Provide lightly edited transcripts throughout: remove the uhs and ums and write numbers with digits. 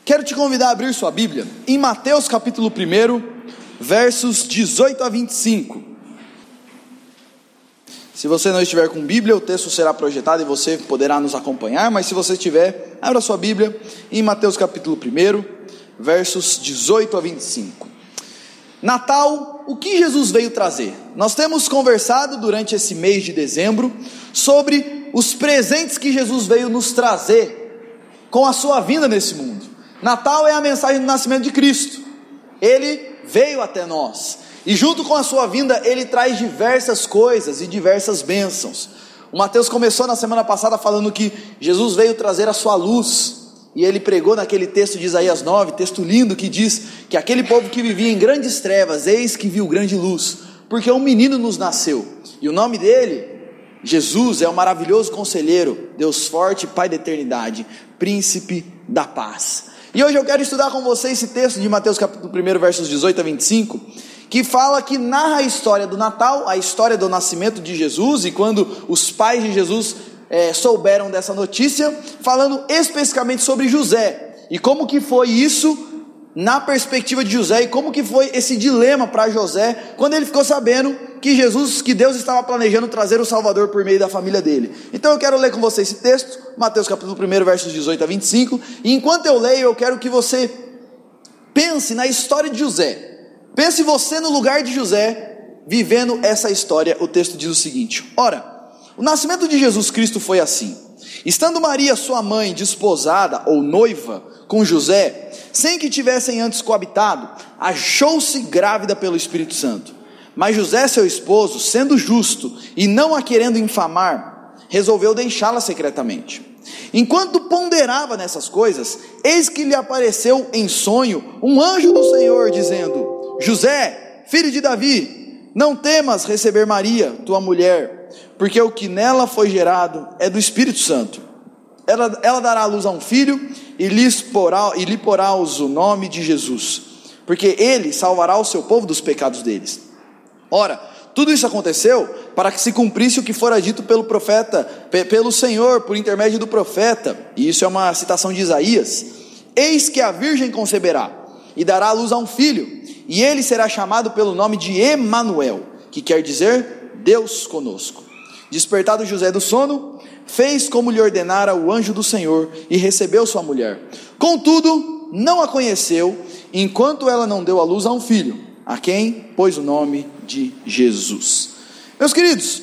Quero te convidar a abrir sua Bíblia em Mateus capítulo 1, versos 18 a 25. Se você não estiver com Bíblia, o texto será projetado e você poderá nos acompanhar, mas se você estiver, abra sua Bíblia em Mateus capítulo 1, versos 18 a 25. Natal, o que Jesus veio trazer? Nós temos conversado durante esse mês de dezembro sobre os presentes que Jesus veio nos trazer com a sua vinda nesse mundo. Natal é a mensagem do nascimento de Cristo. Ele veio até nós e junto com a sua vinda ele traz diversas coisas e diversas bênçãos. O Mateus começou na semana passada falando que Jesus veio trazer a sua luz, e ele pregou naquele texto de Isaías 9, texto lindo, que diz que aquele povo que vivia em grandes trevas, eis que viu grande luz, porque um menino nos nasceu, e o nome dele, Jesus, é o maravilhoso conselheiro, Deus forte, Pai da eternidade, príncipe da paz. E hoje eu quero estudar com você esse texto de Mateus capítulo 1, versos 18 a 25, que fala, que narra a história do Natal, a história do nascimento de Jesus, e quando os pais de Jesus souberam dessa notícia, falando especificamente sobre José, e como que foi isso na perspectiva de José, e como que foi esse dilema para José, quando ele ficou sabendo que Deus estava planejando trazer o Salvador por meio da família dele. Então eu quero ler com você esse texto, Mateus capítulo 1, versos 18 a 25, e enquanto eu leio, eu quero que você pense na história de José, pense você no lugar de José, vivendo essa história. O texto diz o seguinte: ora, o nascimento de Jesus Cristo foi assim: estando Maria, sua mãe, desposada ou noiva com José, sem que tivessem antes coabitado, achou-se grávida pelo Espírito Santo. Mas José, seu esposo, sendo justo e não a querendo infamar, resolveu deixá-la secretamente. Enquanto ponderava nessas coisas, eis que lhe apareceu em sonho um anjo do Senhor, dizendo: José, filho de Davi, não temas receber Maria, tua mulher, porque o que nela foi gerado é do Espírito Santo. Ela dará à luz a um filho, e lhe porás o nome de Jesus, porque ele salvará o seu povo dos pecados deles. Ora, tudo isso aconteceu para que se cumprisse o que fora dito pelo profeta, pelo Senhor, por intermédio do profeta, e isso é uma citação de Isaías: eis que a virgem conceberá, e dará à luz a um filho, e ele será chamado pelo nome de Emanuel, que quer dizer Deus conosco. Despertado José do sono, fez como lhe ordenara o anjo do Senhor, e recebeu sua mulher. Contudo, não a conheceu, enquanto ela não deu à luz a um filho, a quem pôs o nome de Jesus. Meus queridos,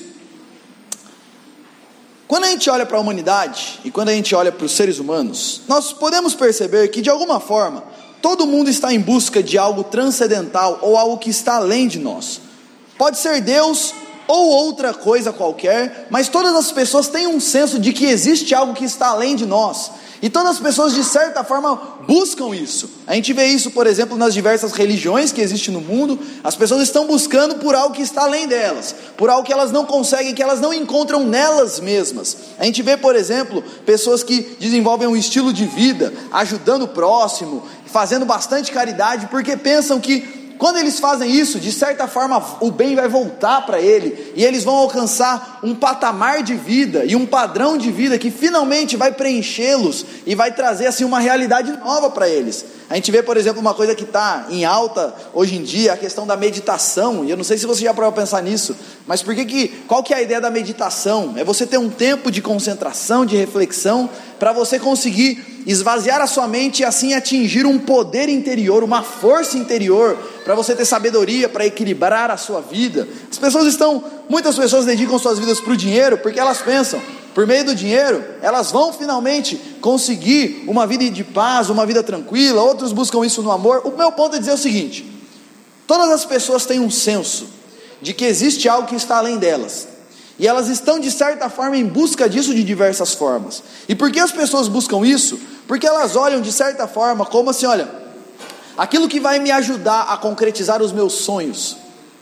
quando a gente olha para a humanidade, e quando a gente olha para os seres humanos, nós podemos perceber que de alguma forma, todo mundo está em busca de algo transcendental, ou algo que está além de nós. Pode ser Deus, ou outra coisa qualquer, mas todas as pessoas têm um senso de que existe algo que está além de nós, e todas as pessoas de certa forma buscam isso. A gente vê isso, por exemplo, nas diversas religiões que existem no mundo. As pessoas estão buscando por algo que está além delas, por algo que elas não conseguem, que elas não encontram nelas mesmas. A gente vê, por exemplo, pessoas que desenvolvem um estilo de vida, ajudando o próximo, fazendo bastante caridade, porque pensam que quando eles fazem isso, de certa forma o bem vai voltar para ele, e eles vão alcançar um patamar de vida e um padrão de vida que finalmente vai preenchê-los e vai trazer assim uma realidade nova para eles. A gente vê, por exemplo, uma coisa que está em alta hoje em dia, a questão da meditação, e eu não sei se você já parou a pensar nisso, mas qual que é a ideia da meditação? É você ter um tempo de concentração, de reflexão, para você conseguir esvaziar a sua mente e assim atingir um poder interior, uma força interior, para você ter sabedoria, para equilibrar a sua vida. Muitas pessoas dedicam suas vidas para o dinheiro, porque elas pensam, por meio do dinheiro, elas vão finalmente conseguir uma vida de paz, uma vida tranquila. Outros buscam isso no amor. O meu ponto é dizer o seguinte: todas as pessoas têm um senso de que existe algo que está além delas, e elas estão de certa forma em busca disso de diversas formas. E por que as pessoas buscam isso? Porque elas olham de certa forma como assim: olha, aquilo que vai me ajudar a concretizar os meus sonhos,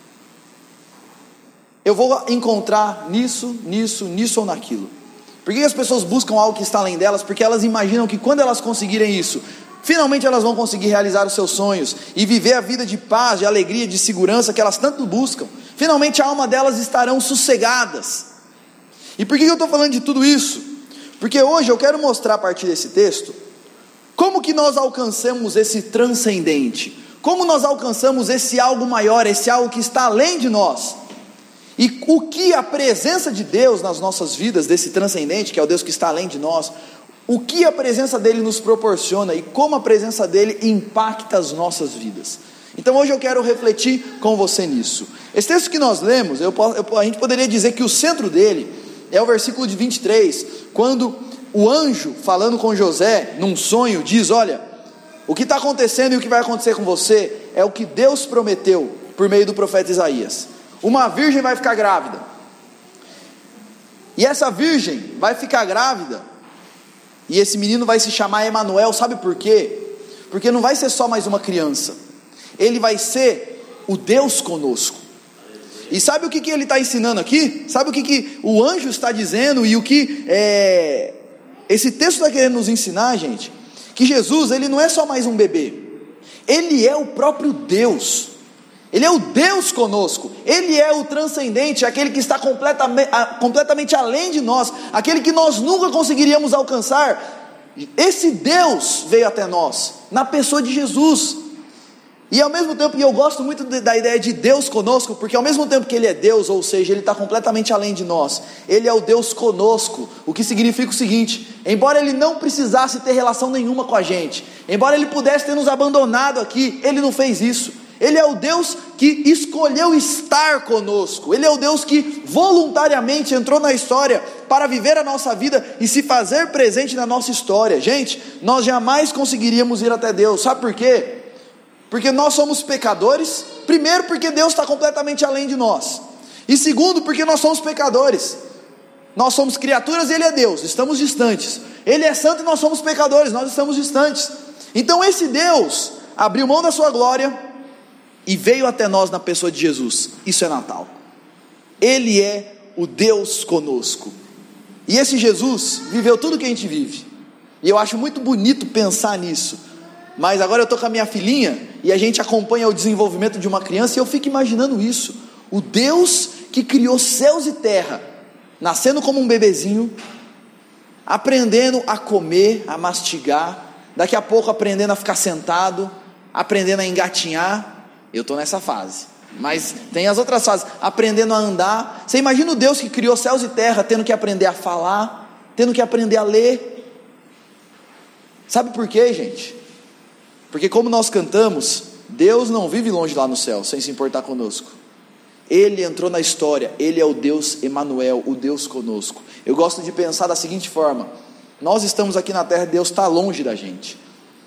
eu vou encontrar nisso ou naquilo. Por que as pessoas buscam algo que está além delas? Porque elas imaginam que quando elas conseguirem isso, finalmente elas vão conseguir realizar os seus sonhos e viver a vida de paz, de alegria, de segurança que elas tanto buscam. Finalmente a alma delas estarão sossegadas. E por que eu estou falando de tudo isso? Porque hoje eu quero mostrar a partir desse texto Como que nós alcançamos esse transcendente? Como nós alcançamos esse algo maior, esse algo que está além de nós? E o que a presença de Deus nas nossas vidas, desse transcendente, que é o Deus que está além de nós, o que a presença dele nos proporciona e como a presença dele impacta as nossas vidas? Então hoje eu quero refletir com você nisso. Esse texto que nós lemos, a gente poderia dizer que o centro dele é o versículo de 23, quando o anjo, falando com José, num sonho, diz: olha, o que está acontecendo e o que vai acontecer com você, é o que Deus prometeu, por meio do profeta Isaías. Uma virgem vai ficar grávida, e essa virgem vai ficar grávida, e esse menino vai se chamar Emanuel. Sabe por quê? Porque não vai ser só mais uma criança, ele vai ser o Deus conosco. E sabe o que ele está ensinando aqui? Sabe o que o anjo está dizendo e o que esse texto está querendo nos ensinar, gente? Que Jesus, ele não é só mais um bebê, ele é o próprio Deus, ele é o Deus conosco, ele é o transcendente, aquele que está completamente além de nós, aquele que nós nunca conseguiríamos alcançar. Esse Deus veio até nós, na pessoa de Jesus. E ao mesmo tempo, e eu gosto muito da ideia de Deus conosco, porque ao mesmo tempo que ele é Deus, ou seja, ele está completamente além de nós, ele é o Deus conosco, o que significa o seguinte: embora ele não precisasse ter relação nenhuma com a gente, embora ele pudesse ter nos abandonado aqui, ele não fez isso. Ele é o Deus que escolheu estar conosco, ele é o Deus que voluntariamente entrou na história para viver a nossa vida e se fazer presente na nossa história. Gente, nós jamais conseguiríamos ir até Deus, sabe por quê? Porque nós somos pecadores. Primeiro, porque Deus está completamente além de nós, e segundo, porque nós somos pecadores. Nós somos criaturas e ele é Deus, estamos distantes. Ele é santo e nós somos pecadores, nós estamos distantes. Então esse Deus abriu mão da sua glória e veio até nós na pessoa de Jesus. Isso é Natal. Ele é o Deus conosco, e esse Jesus viveu tudo que a gente vive, e eu acho muito bonito pensar nisso. Mas agora eu estou com a minha filhinha, e a gente acompanha o desenvolvimento de uma criança, e eu fico imaginando isso, o Deus que criou céus e terra, nascendo como um bebezinho, aprendendo a comer, a mastigar, daqui a pouco aprendendo a ficar sentado, aprendendo a engatinhar. Eu estou nessa fase, mas tem as outras fases, aprendendo a andar. Você imagina o Deus que criou céus e terra, tendo que aprender a falar, tendo que aprender a ler. Sabe por quê, gente? Porque como nós cantamos, Deus não vive longe lá no céu, sem se importar conosco. Ele entrou na história, ele é o Deus Emanuel, o Deus conosco. Eu gosto de pensar da seguinte forma: nós estamos aqui na terra, Deus está longe da gente,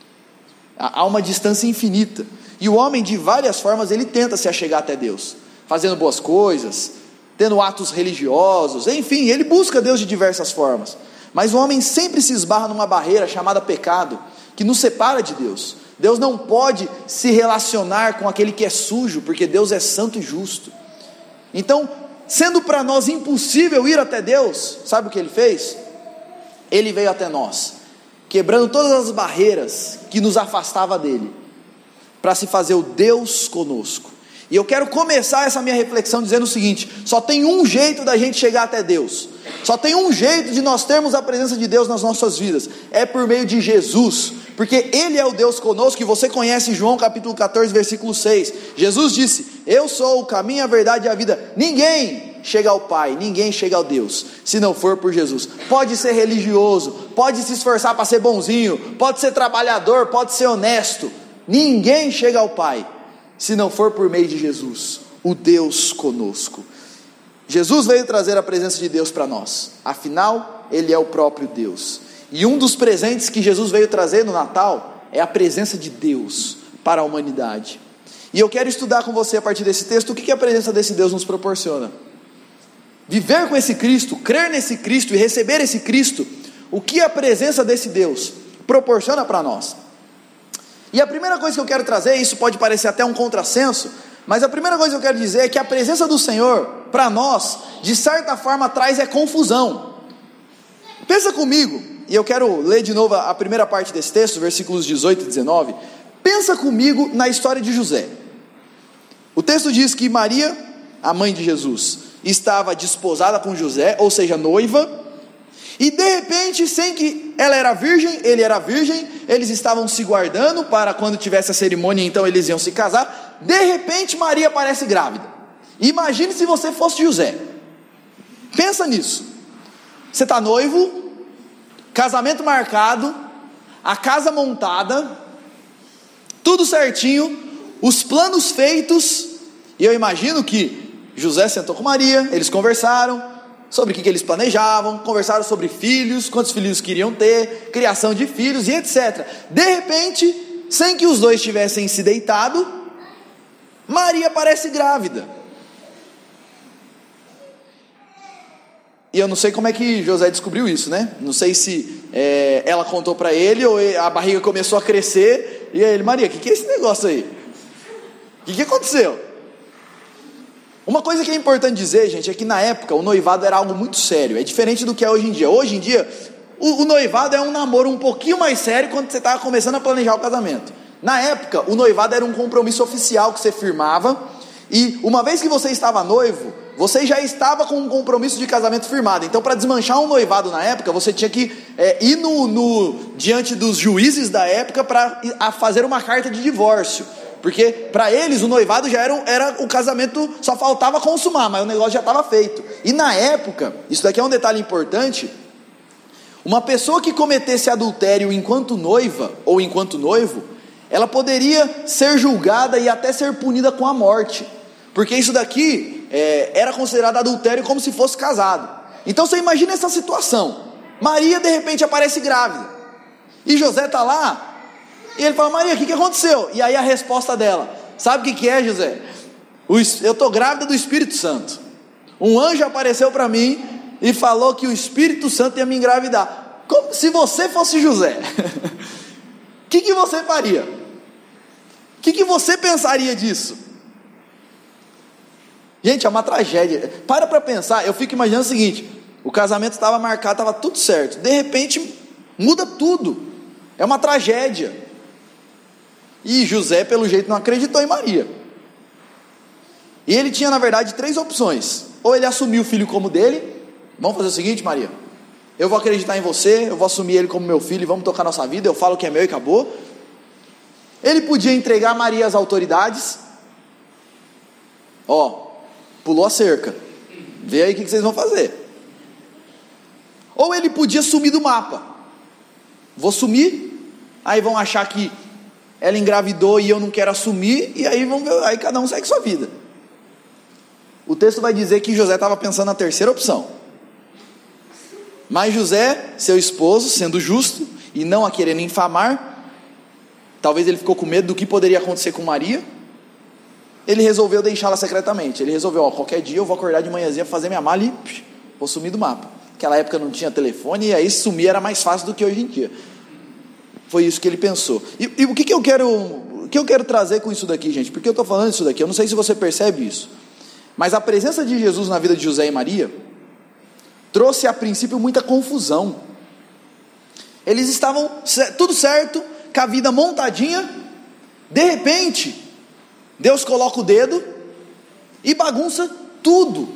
há uma distância infinita, e o homem de várias formas, ele tenta se achegar até Deus, fazendo boas coisas, tendo atos religiosos, enfim, ele busca Deus de diversas formas, mas o homem sempre se esbarra numa barreira chamada pecado, que nos separa de Deus. Deus não pode se relacionar com aquele que é sujo, porque Deus é santo e justo. Então, sendo para nós impossível ir até Deus, sabe o que ele fez? Ele veio até nós, quebrando todas as barreiras que nos afastavam dele, para se fazer o Deus conosco. E eu quero começar essa minha reflexão dizendo o seguinte: só tem um jeito da gente chegar até Deus, só tem um jeito de nós termos a presença de Deus nas nossas vidas, é por meio de Jesus, porque ele é o Deus conosco. E você conhece João capítulo 14 versículo 6, Jesus disse: eu sou o caminho, a verdade e a vida, ninguém chega ao Pai, ninguém chega ao Deus, se não for por Jesus. Pode ser religioso, pode se esforçar para ser bonzinho, pode ser trabalhador, pode ser honesto, ninguém chega ao Pai, se não for por meio de Jesus, o Deus conosco. Jesus veio trazer a presença de Deus para nós, afinal, ele é o próprio Deus. E um dos presentes que Jesus veio trazer no Natal é a presença de Deus para a humanidade. E eu quero estudar com você a partir desse texto o que a presença desse Deus nos proporciona. Viver com esse Cristo, crer nesse Cristo e receber esse Cristo, o que a presença desse Deus proporciona para nós. E a primeira coisa que eu quero trazer, isso pode parecer até um contrassenso, mas a primeira coisa que eu quero dizer é que a presença do Senhor, para nós, de certa forma traz confusão. Pensa comigo, e eu quero ler de novo a primeira parte desse texto, versículos 18 e 19, pensa comigo na história de José. O texto diz que Maria, a mãe de Jesus, estava desposada com José, ou seja, noiva, E de repente, sem que ela era virgem, ele era virgem, eles estavam se guardando para quando tivesse a cerimônia, então eles iam se casar. De repente Maria aparece grávida. Imagine se você fosse José. Pensa nisso. Você está noivo, casamento marcado, a casa montada, tudo certinho, os planos feitos, e eu imagino que José sentou com Maria, eles conversaram sobre o que eles planejavam, conversaram sobre filhos, quantos filhos queriam ter, criação de filhos e etc. De repente, sem que os dois tivessem se deitado, Maria aparece grávida. E eu não sei como é que José descobriu isso, né? Não sei se ela contou para ele, ou a barriga começou a crescer, e aí ele: Maria, o que é esse negócio aí? O que aconteceu? Uma coisa que é importante dizer, gente, é que na época o noivado era algo muito sério. É diferente do que é hoje em dia. Hoje em dia, o noivado é um namoro um pouquinho mais sério quando você está começando a planejar o casamento. Na época, o noivado era um compromisso oficial que você firmava, e uma vez que você estava noivo, você já estava com um compromisso de casamento firmado. Então, para desmanchar um noivado na época, você tinha que ir diante dos juízes da época para fazer uma carta de divórcio. Porque para eles o noivado já era o casamento, só faltava consumar, mas o negócio já estava feito. E na época, isso daqui é um detalhe importante, uma pessoa que cometesse adultério enquanto noiva ou enquanto noivo, ela poderia ser julgada e até ser punida com a morte, porque isso daqui era considerado adultério como se fosse casado. Então você imagina essa situação: Maria de repente aparece grávida, e José está lá, e ele fala: Maria, o que aconteceu? E aí a resposta dela: sabe o que é, José? Eu estou grávida do Espírito Santo. Um anjo apareceu para mim e falou que o Espírito Santo ia me engravidar. Como se você fosse José? O que você faria? O que você pensaria disso? Gente, é uma tragédia. Para pensar, eu fico imaginando o seguinte: o casamento estava marcado, estava tudo certo, de repente muda tudo. É uma tragédia. E José, pelo jeito, não acreditou em Maria. E ele tinha, na verdade, 3 opções: ou ele assumia o filho como dele. Vamos fazer o seguinte, Maria, eu vou acreditar em você, eu vou assumir ele como meu filho e vamos tocar nossa vida, eu falo que é meu e acabou. Ele podia entregar Maria às autoridades. Pulou a cerca, vê aí o que vocês vão fazer. Ou ele podia sumir do mapa. Vou sumir, aí vão achar que ela engravidou e eu não quero assumir, e aí aí cada um segue sua vida. O texto vai dizer que José estava pensando na terceira opção. Mas José, seu esposo, sendo justo e não a querendo infamar, talvez ele ficou com medo do que poderia acontecer com Maria, ele resolveu deixá-la secretamente. Ele resolveu: qualquer dia eu vou acordar de manhãzinha, fazer minha mala e vou sumir do mapa. Naquela época não tinha telefone, e aí sumir era mais fácil do que hoje em dia. Foi isso que ele pensou. E o que eu quero trazer com isso daqui, gente? Porque eu estou falando isso daqui, eu não sei se você percebe isso, mas a presença de Jesus na vida de José e Maria trouxe a princípio muita confusão. Eles estavam tudo certo, com a vida montadinha, de repente Deus coloca o dedo e bagunça tudo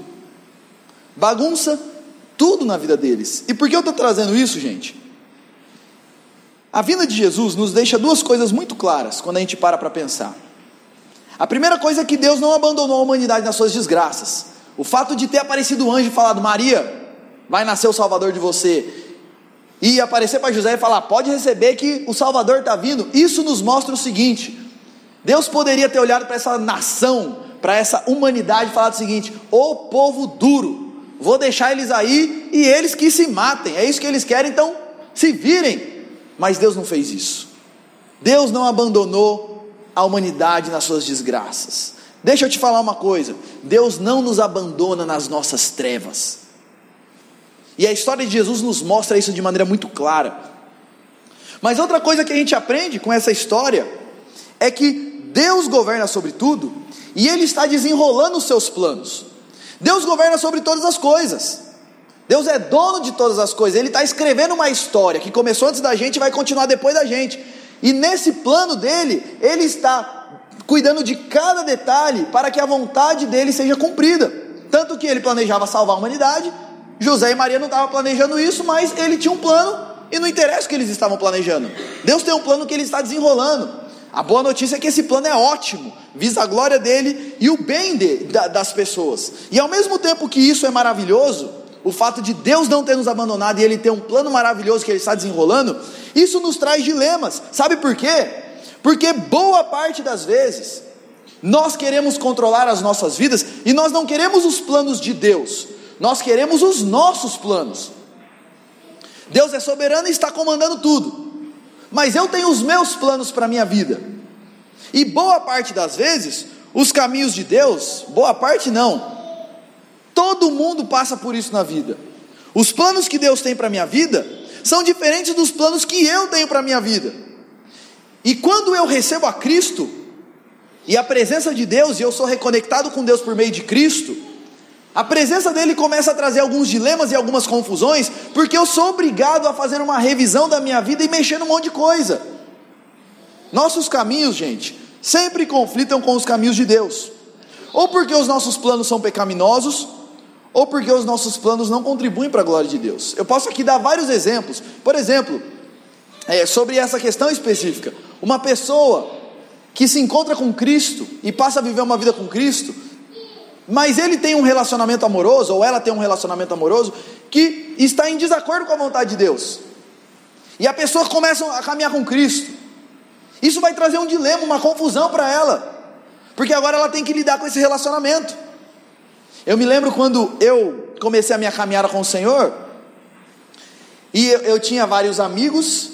na vida deles. E por que eu estou trazendo isso, gente? A vinda de Jesus nos deixa 2 coisas muito claras quando a gente para pensar. A primeira coisa é que Deus não abandonou a humanidade nas suas desgraças. O fato de ter aparecido um anjo e falado: Maria, vai nascer o Salvador de você, e aparecer para José e falar: pode receber que o Salvador está vindo, isso nos mostra o seguinte: Deus poderia ter olhado para essa nação, para essa humanidade e falado o seguinte: ô povo duro, vou deixar eles aí e eles que se matem, é isso que eles querem, então se virem. Mas Deus não fez isso. Deus não abandonou a humanidade nas suas desgraças. Deixa eu te falar uma coisa: Deus não nos abandona nas nossas trevas. E a história de Jesus nos mostra isso de maneira muito clara. Mas outra coisa que a gente aprende com essa história é que Deus governa sobre tudo e Ele está desenrolando os seus planos. Deus governa sobre todas as coisas. Deus é dono de todas as coisas. Ele está escrevendo uma história que começou antes da gente e vai continuar depois da gente. E nesse plano dele, Ele está cuidando de cada detalhe para que a vontade dele seja cumprida. Tanto que Ele planejava salvar a humanidade, José e Maria não estavam planejando isso, mas ele tinha um plano, e não interessa o que eles estavam planejando. Deus tem um plano que ele está desenrolando. A boa notícia é que esse plano é ótimo, visa a glória dele e o bem das pessoas. E ao mesmo tempo que isso é maravilhoso, o fato de Deus não ter nos abandonado e ele ter um plano maravilhoso que ele está desenrolando, isso nos traz dilemas. Sabe por quê? Porque boa parte das vezes nós queremos controlar as nossas vidas e nós não queremos os planos de Deus, nós queremos os nossos planos. Deus é soberano e está comandando tudo, mas eu tenho os meus planos para a minha vida. E boa parte das vezes, os caminhos de Deus, boa parte não, todo mundo passa por isso na vida. Os planos que Deus tem para a minha vida são diferentes dos planos que eu tenho para a minha vida. E quando eu recebo a Cristo e a presença de Deus, e eu sou reconectado com Deus por meio de Cristo, a presença dele começa a trazer alguns dilemas e algumas confusões, porque eu sou obrigado a fazer uma revisão da minha vida e mexer num monte de coisa. Nossos caminhos, gente, sempre conflitam com os caminhos de Deus, ou porque os nossos planos são pecaminosos, ou porque os nossos planos não contribuem para a glória de Deus. Eu posso aqui dar vários exemplos. Por exemplo, sobre essa questão específica, uma pessoa que se encontra com Cristo e passa a viver uma vida com Cristo, mas ele tem um relacionamento amoroso, ou ela tem um relacionamento amoroso, que está em desacordo com a vontade de Deus, e a pessoa começa a caminhar com Cristo. Isso vai trazer um dilema, uma confusão para ela, porque agora ela tem que lidar com esse relacionamento. Eu me lembro quando eu comecei a minha caminhada com o Senhor, e eu tinha vários amigos,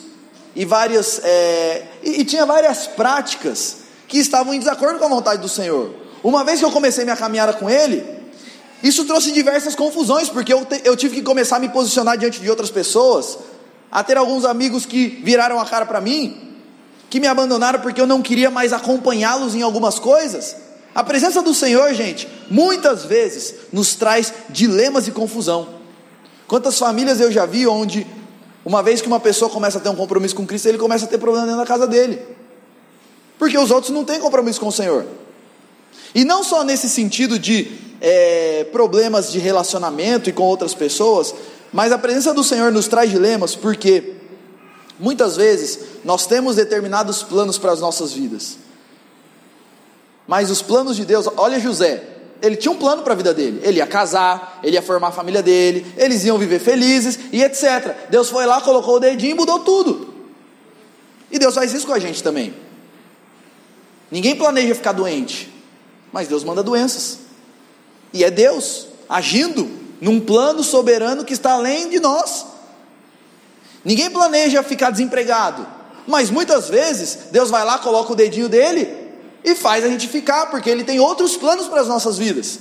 e tinha várias práticas que estavam em desacordo com a vontade do Senhor. Uma vez que eu comecei minha caminhada com Ele, isso trouxe diversas confusões, porque eu tive que começar a me posicionar diante de outras pessoas, a ter alguns amigos que viraram a cara para mim, que me abandonaram porque eu não queria mais acompanhá-los em algumas coisas. A presença do Senhor, gente, muitas vezes nos traz dilemas e confusão. Quantas famílias eu já vi onde, uma vez que uma pessoa começa a ter um compromisso com Cristo, ele começa a ter problema dentro da casa dele, porque os outros não têm compromisso com o Senhor. E não só nesse sentido de problemas de relacionamento e com outras pessoas, mas a presença do Senhor nos traz dilemas, porque muitas vezes nós temos determinados planos para as nossas vidas, mas os planos de Deus, olha José, ele tinha um plano para a vida dele, ele ia casar, ele ia formar a família dele, eles iam viver felizes e etc. Deus foi lá, colocou o dedinho e mudou tudo. E Deus faz isso com a gente também. Ninguém planeja ficar doente, mas Deus manda doenças, e é Deus agindo num plano soberano que está além de nós. Ninguém planeja ficar desempregado, mas muitas vezes Deus vai lá, coloca o dedinho dele e faz a gente ficar, porque Ele tem outros planos para as nossas vidas.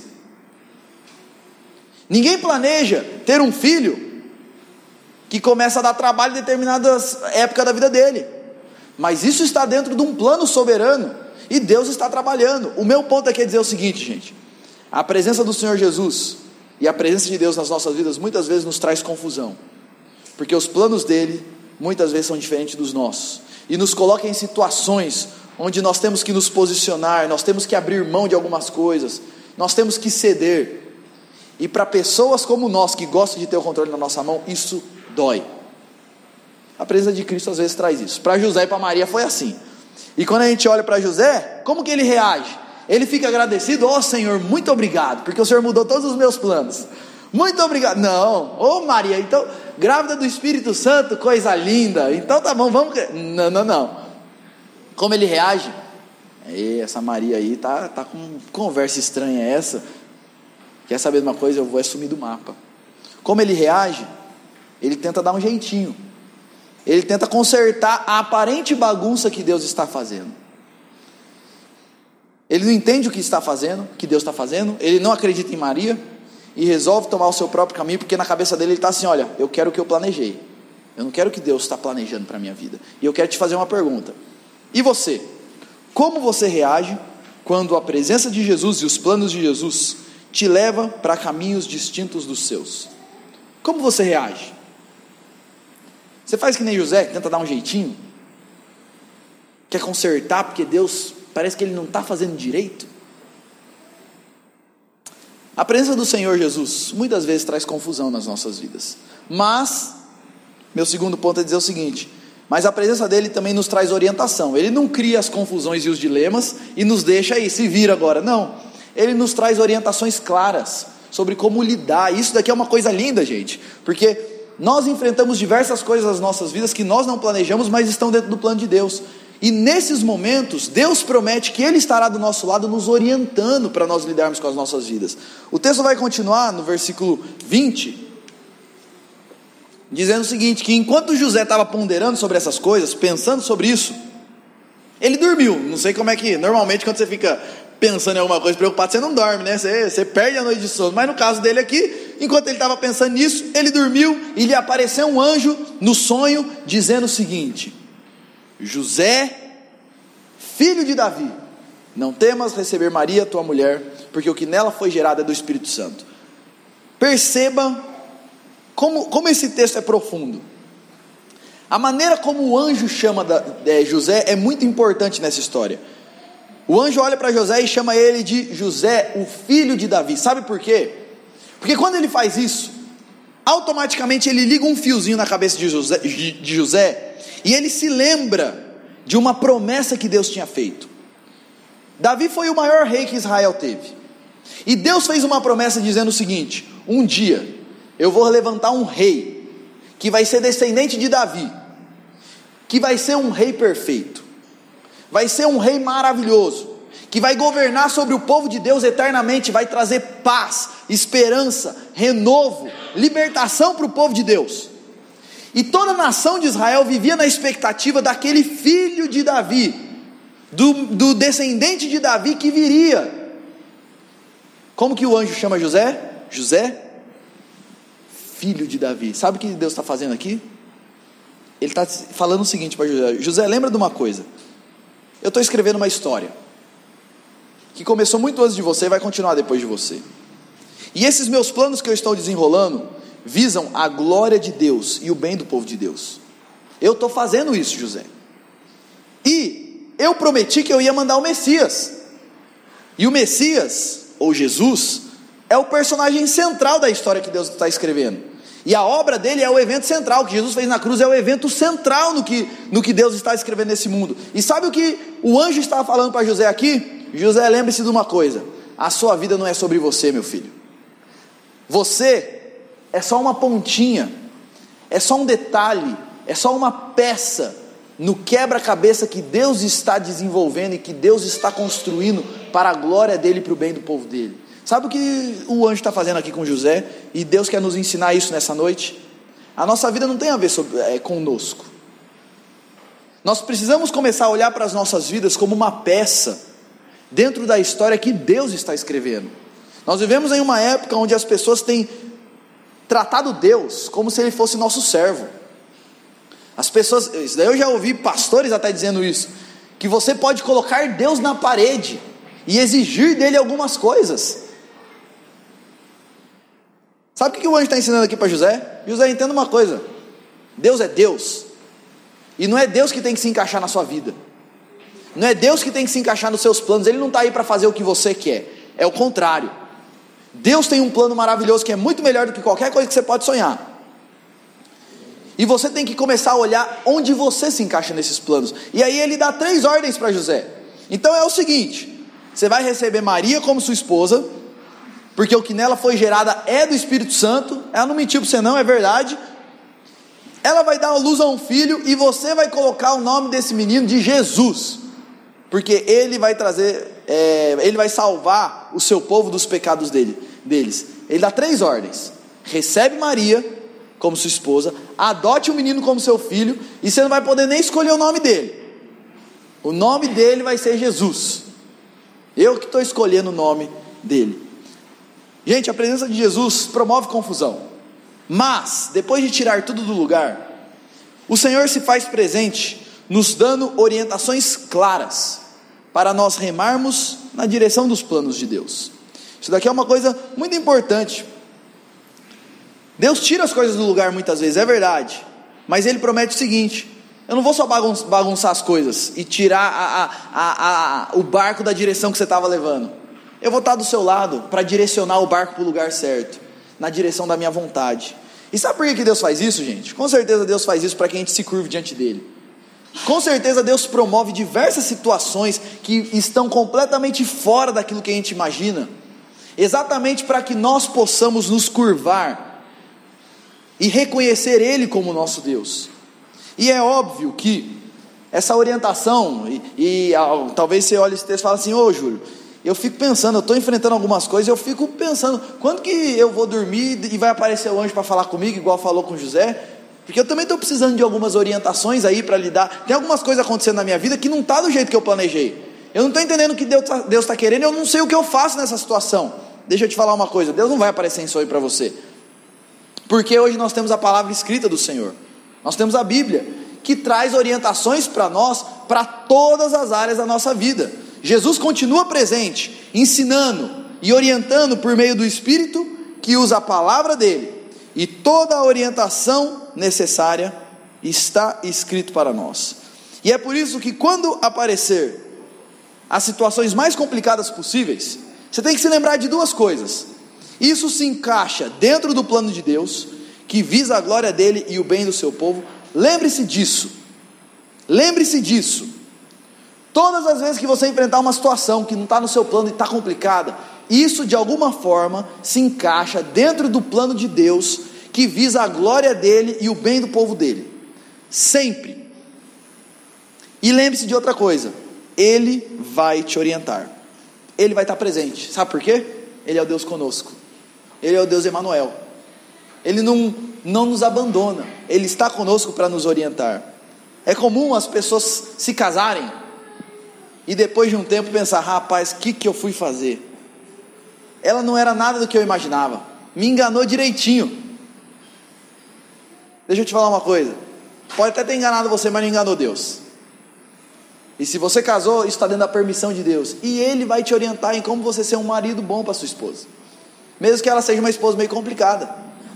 Ninguém planeja ter um filho que começa a dar trabalho em determinadas épocas da vida dele, mas isso está dentro de um plano soberano, e Deus está trabalhando. O meu ponto aqui é dizer o seguinte, gente: a presença do Senhor Jesus e a presença de Deus nas nossas vidas muitas vezes nos traz confusão, porque os planos dele muitas vezes são diferentes dos nossos, e nos coloca em situações onde nós temos que nos posicionar, nós temos que abrir mão de algumas coisas, nós temos que ceder, e para pessoas como nós, que gostam de ter o controle na nossa mão, isso dói. A presença de Cristo às vezes traz isso. Para José e para Maria foi assim, e quando a gente olha para José, como que ele reage? Ele fica agradecido: ó Senhor, muito obrigado, porque o Senhor mudou todos os meus planos, muito obrigado. Não, ô Maria, então, grávida do Espírito Santo, coisa linda, então tá bom, vamos. Não. Como ele reage? Essa Maria aí tá com conversa estranha essa. Quer saber de uma coisa? Eu vou sumir do mapa. Como ele reage? Ele tenta dar um jeitinho. Ele tenta consertar a aparente bagunça que Deus está fazendo. Ele não entende o que está fazendo, que Deus está fazendo. Ele não acredita em Maria e resolve tomar o seu próprio caminho, porque na cabeça dele ele está assim: olha, eu quero o que eu planejei, eu não quero o que Deus está planejando para a minha vida. E eu quero te fazer uma pergunta: e você? Como você reage quando a presença de Jesus e os planos de Jesus te leva para caminhos distintos dos seus? Como você reage? Você faz que nem José, que tenta dar um jeitinho, quer consertar porque Deus parece que Ele não está fazendo direito? A presença do Senhor Jesus muitas vezes traz confusão nas nossas vidas, mas, meu segundo ponto é dizer o seguinte: mas a presença dele também nos traz orientação. Ele não cria as confusões e os dilemas e nos deixa aí, se vira agora, não. Ele nos traz orientações claras sobre como lidar. Isso daqui é uma coisa linda, gente, porque nós enfrentamos diversas coisas nas nossas vidas que nós não planejamos, mas estão dentro do plano de Deus. E nesses momentos, Deus promete que Ele estará do nosso lado, nos orientando para nós lidarmos com as nossas vidas. O texto vai continuar no versículo 20, dizendo o seguinte: que enquanto José estava ponderando sobre essas coisas, pensando sobre isso, ele dormiu. Não sei como é que, normalmente quando você fica pensando em alguma coisa, preocupado, você não dorme, né? Você perde a noite de sono. Mas no caso dele aqui, enquanto ele estava pensando nisso, ele dormiu e lhe apareceu um anjo no sonho, dizendo o seguinte: José, filho de Davi, não temas receber Maria, tua mulher, porque o que nela foi gerado é do Espírito Santo. Perceba como esse texto é profundo. A maneira como o anjo chama José é muito importante nessa história. O anjo olha para José e chama ele de José, o filho de Davi. Sabe por quê? Porque quando ele faz isso, automaticamente ele liga um fiozinho na cabeça de José, e ele se lembra de uma promessa que Deus tinha feito. Davi foi o maior rei que Israel teve, e Deus fez uma promessa dizendo o seguinte: um dia eu vou levantar um rei, que vai ser descendente de Davi, que vai ser um rei perfeito, vai ser um rei maravilhoso, que vai governar sobre o povo de Deus eternamente, vai trazer paz, esperança, renovo, libertação para o povo de Deus. E toda a nação de Israel vivia na expectativa daquele filho de Davi, do descendente de Davi que viria. Como que o anjo chama José? José, filho de Davi. Sabe o que Deus está fazendo aqui? Ele está falando o seguinte para José: José, lembra de uma coisa, eu estou escrevendo uma história, que começou muito antes de você e vai continuar depois de você. E esses meus planos que eu estou desenrolando visam a glória de Deus e o bem do povo de Deus. Eu estou fazendo isso, José. E eu prometi que eu ia mandar o Messias. E o Messias, ou Jesus, é o personagem central da história que Deus está escrevendo. E a obra dele é o evento central. O que Jesus fez na cruz é o evento central no que Deus está escrevendo nesse mundo. E sabe o que o anjo estava falando para José aqui? José, lembre-se de uma coisa: a sua vida não é sobre você, meu filho. Você é só uma pontinha, é só um detalhe, é só uma peça no quebra-cabeça que Deus está desenvolvendo e que Deus está construindo para a glória dele e para o bem do povo dele. Sabe o que o anjo está fazendo aqui com José? E Deus quer nos ensinar isso nessa noite? A nossa vida não tem a ver conosco. Nós precisamos começar a olhar para as nossas vidas como uma peça dentro da história que Deus está escrevendo. Nós vivemos em uma época onde as pessoas têm tratado Deus como se Ele fosse nosso servo. As pessoas, isso daí eu já ouvi pastores até dizendo isso, que você pode colocar Deus na parede e exigir dele algumas coisas. Sabe o que o anjo está ensinando aqui para José? José, entenda uma coisa: Deus é Deus, e não é Deus que tem que se encaixar na sua vida, não é Deus que tem que se encaixar nos seus planos. Ele não está aí para fazer o que você quer, é o contrário. Deus tem um plano maravilhoso que é muito melhor do que qualquer coisa que você pode sonhar. E você tem que começar a olhar onde você se encaixa nesses planos. E aí ele dá 3 ordens para José. Então é o seguinte: você vai receber Maria como sua esposa, porque o que nela foi gerada é do Espírito Santo. Ela não mentiu para você não, é verdade. Ela vai dar à luz a um filho, e você vai colocar o nome desse menino de Jesus, porque ele vai trazer, ele vai salvar o seu povo dos pecados deles. Ele dá 3 ordens: recebe Maria como sua esposa, adote o menino como seu filho, e você não vai poder nem escolher o nome dele. O nome dele vai ser Jesus. Eu que estou escolhendo o nome dele. Gente, a presença de Jesus promove confusão, mas depois de tirar tudo do lugar, o Senhor se faz presente, nos dando orientações claras para nós remarmos na direção dos planos de Deus. Isso daqui é uma coisa muito importante. Deus tira as coisas do lugar muitas vezes, é verdade, mas Ele promete o seguinte: eu não vou só bagunçar as coisas e tirar o barco da direção que você estava levando. Eu vou estar do seu lado para direcionar o barco para o lugar certo, na direção da minha vontade. E sabe por que Deus faz isso, gente? Com certeza Deus faz isso para que a gente se curve diante dele. Com certeza Deus promove diversas situações que estão completamente fora daquilo que a gente imagina, exatamente para que nós possamos nos curvar e reconhecer Ele como nosso Deus. E é óbvio que essa orientação, talvez você olhe esse texto e fale assim: ô Júlio, eu fico pensando, eu estou enfrentando algumas coisas, eu fico pensando, quando que eu vou dormir e vai aparecer o anjo para falar comigo, igual falou com José? Porque eu também estou precisando de algumas orientações aí para lidar. Tem algumas coisas acontecendo na minha vida que não está do jeito que eu planejei. Eu não estou entendendo o que Deus está querendo, eu não sei o que eu faço nessa situação. Deixa eu te falar uma coisa: Deus não vai aparecer em sonho para você, porque hoje nós temos a palavra escrita do Senhor, nós temos a Bíblia, que traz orientações para nós, para todas as áreas da nossa vida. Jesus continua presente, ensinando e orientando por meio do Espírito, que usa a palavra dele, e toda a orientação necessária está escrito para nós. E é por isso que quando aparecer as situações mais complicadas possíveis, você tem que se lembrar de duas coisas: isso se encaixa dentro do plano de Deus, que visa a glória dele e o bem do seu povo. Lembre-se disso, lembre-se disso. Todas as vezes que você enfrentar uma situação que não está no seu plano e está complicada, isso de alguma forma se encaixa dentro do plano de Deus, que visa a glória dele e o bem do povo dele, sempre. E lembre-se de outra coisa: ele vai te orientar, ele vai estar presente. Sabe por quê? Ele é o Deus conosco, ele é o Deus Emanuel. Ele não nos abandona, ele está conosco para nos orientar. É comum as pessoas se casarem e depois de um tempo pensar: rapaz, o que eu fui fazer? Ela não era nada do que eu imaginava, me enganou direitinho. Deixa eu te falar uma coisa: pode até ter enganado você, mas não enganou Deus. E se você casou, isso está dentro da permissão de Deus, e Ele vai te orientar em como você ser um marido bom para sua esposa, mesmo que ela seja uma esposa meio complicada.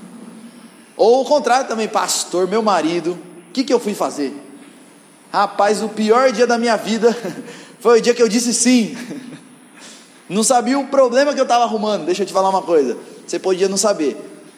Ou o contrário também: pastor, meu marido, o que eu fui fazer? Rapaz, o pior dia da minha vida foi o dia que eu disse sim. Não sabia o problema que eu estava arrumando. Deixa eu te falar uma coisa: você podia não saber,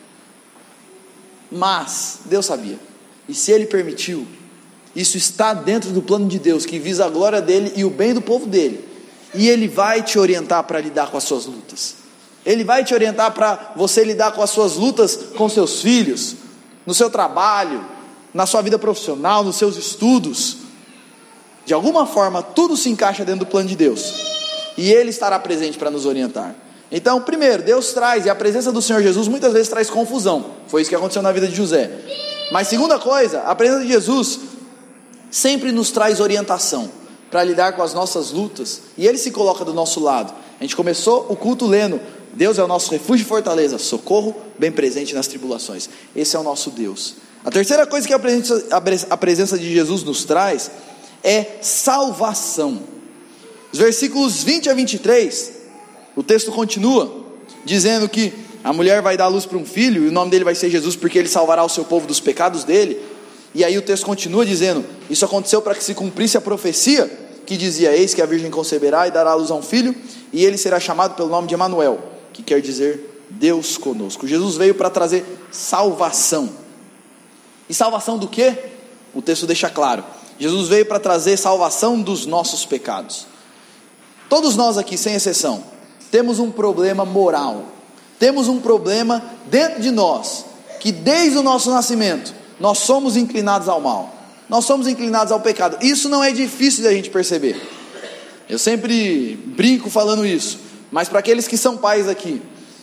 mas Deus sabia, e se Ele permitiu, isso está dentro do plano de Deus, que visa a glória dele e o bem do povo dele, e Ele vai te orientar para lidar com as suas lutas. Ele vai te orientar para você lidar com as suas lutas com seus filhos, no seu trabalho, na sua vida profissional, nos seus estudos. De alguma forma, tudo se encaixa dentro do plano de Deus, e Ele estará presente para nos orientar. Então, primeiro, Deus traz, e a presença do Senhor Jesus muitas vezes traz confusão. Foi isso que aconteceu na vida de José. Mas segunda coisa, a presença de Jesus sempre nos traz orientação para lidar com as nossas lutas, e Ele se coloca do nosso lado. A gente começou o culto lendo: Deus é o nosso refúgio e fortaleza, socorro bem presente nas tribulações. Esse é o nosso Deus. A terceira coisa que a presença de Jesus nos traz é salvação. Os versículos 20 a 23, o texto continua dizendo que a mulher vai dar luz para um filho, e o nome dele vai ser Jesus, porque ele salvará o seu povo dos pecados dele. E aí o texto continua dizendo: isso aconteceu para que se cumprisse a profecia que dizia: eis que a virgem conceberá e dará à luz a um filho, e ele será chamado pelo nome de Emanuel, que quer dizer Deus conosco. Jesus veio para trazer salvação. E salvação do quê? O texto deixa claro: Jesus veio para trazer salvação dos nossos pecados. Todos nós aqui, sem exceção, temos um problema moral, temos um problema dentro de nós, que desde o nosso nascimento nós somos inclinados ao mal, nós somos inclinados ao pecado. Isso não é difícil de a gente perceber. Eu sempre brinco falando isso, mas para aqueles que são pais aqui,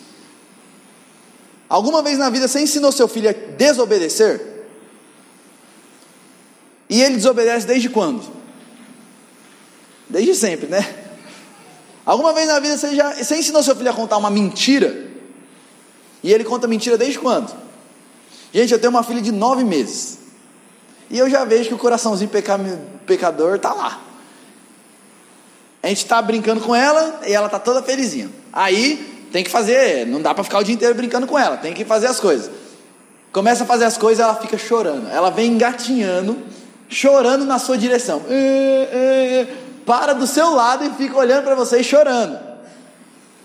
alguma vez na vida você ensinou seu filho a desobedecer? E ele desobedece desde quando? Desde sempre, né? Alguma vez na vida você ensinou seu filho a contar uma mentira? E ele conta mentira desde quando? Gente, eu tenho uma filha de 9 meses, e eu já vejo que o coraçãozinho pecador está lá. A gente está brincando com ela, e ela está toda felizinha. Aí tem que fazer, não dá para ficar o dia inteiro brincando com ela, tem que fazer as coisas. Começa a fazer as coisas, ela fica chorando, ela vem engatinhando, chorando na sua direção, para do seu lado e fica olhando para você e chorando.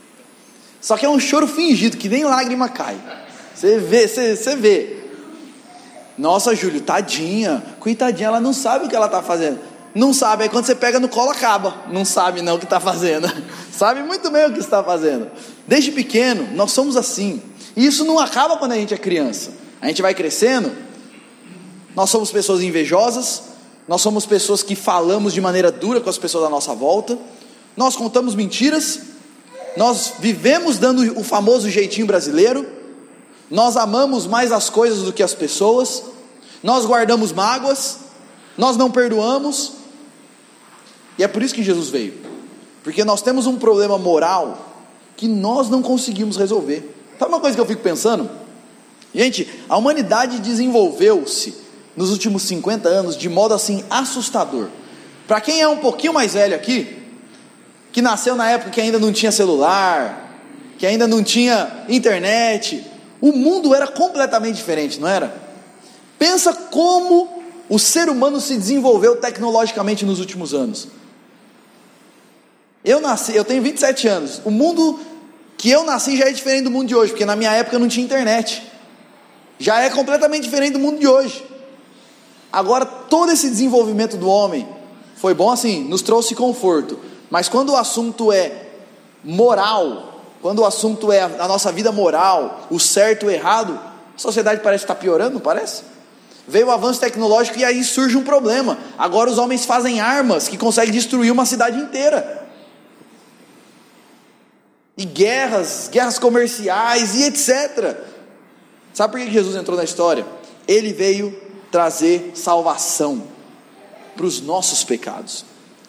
Só que é um choro fingido, que nem lágrima cai. Você vê. Nossa, Júlio, tadinha, coitadinha, ela não sabe o que ela está fazendo. Não sabe, aí quando você pega no colo acaba. Não sabe não o que está fazendo. Sabe muito bem o que está fazendo. Desde pequeno, nós somos assim. E isso não acaba quando a gente é criança. A gente vai crescendo, nós somos pessoas invejosas, nós somos pessoas que falamos de maneira dura com as pessoas à nossa volta, nós contamos mentiras, nós vivemos dando o famoso jeitinho brasileiro, nós amamos mais as coisas do que as pessoas, nós guardamos mágoas, nós não perdoamos, e é por isso que Jesus veio, porque nós temos um problema moral que nós não conseguimos resolver. Sabe uma coisa que eu fico pensando? Gente, a humanidade desenvolveu-se nos últimos 50 anos de modo assim assustador. Para quem é um pouquinho mais velho aqui, que nasceu na época que ainda não tinha celular, que ainda não tinha internet, o mundo era completamente diferente, não era? Pensa como o ser humano se desenvolveu tecnologicamente nos últimos anos. Eu tenho 27 anos, o mundo que eu nasci já é diferente do mundo de hoje, porque na minha época não tinha internet, já é completamente diferente do mundo de hoje. Agora, todo esse desenvolvimento do homem foi bom assim, nos trouxe conforto, mas quando o assunto é moral, quando o assunto é a nossa vida moral, o certo e o errado, a sociedade parece estar piorando, não parece? Veio o avanço tecnológico e aí surge um problema. Agora os homens fazem armas que conseguem destruir uma cidade inteira. E guerras comerciais e etc. Sabe por que Jesus entrou na história? Ele veio trazer salvação para os nossos pecados.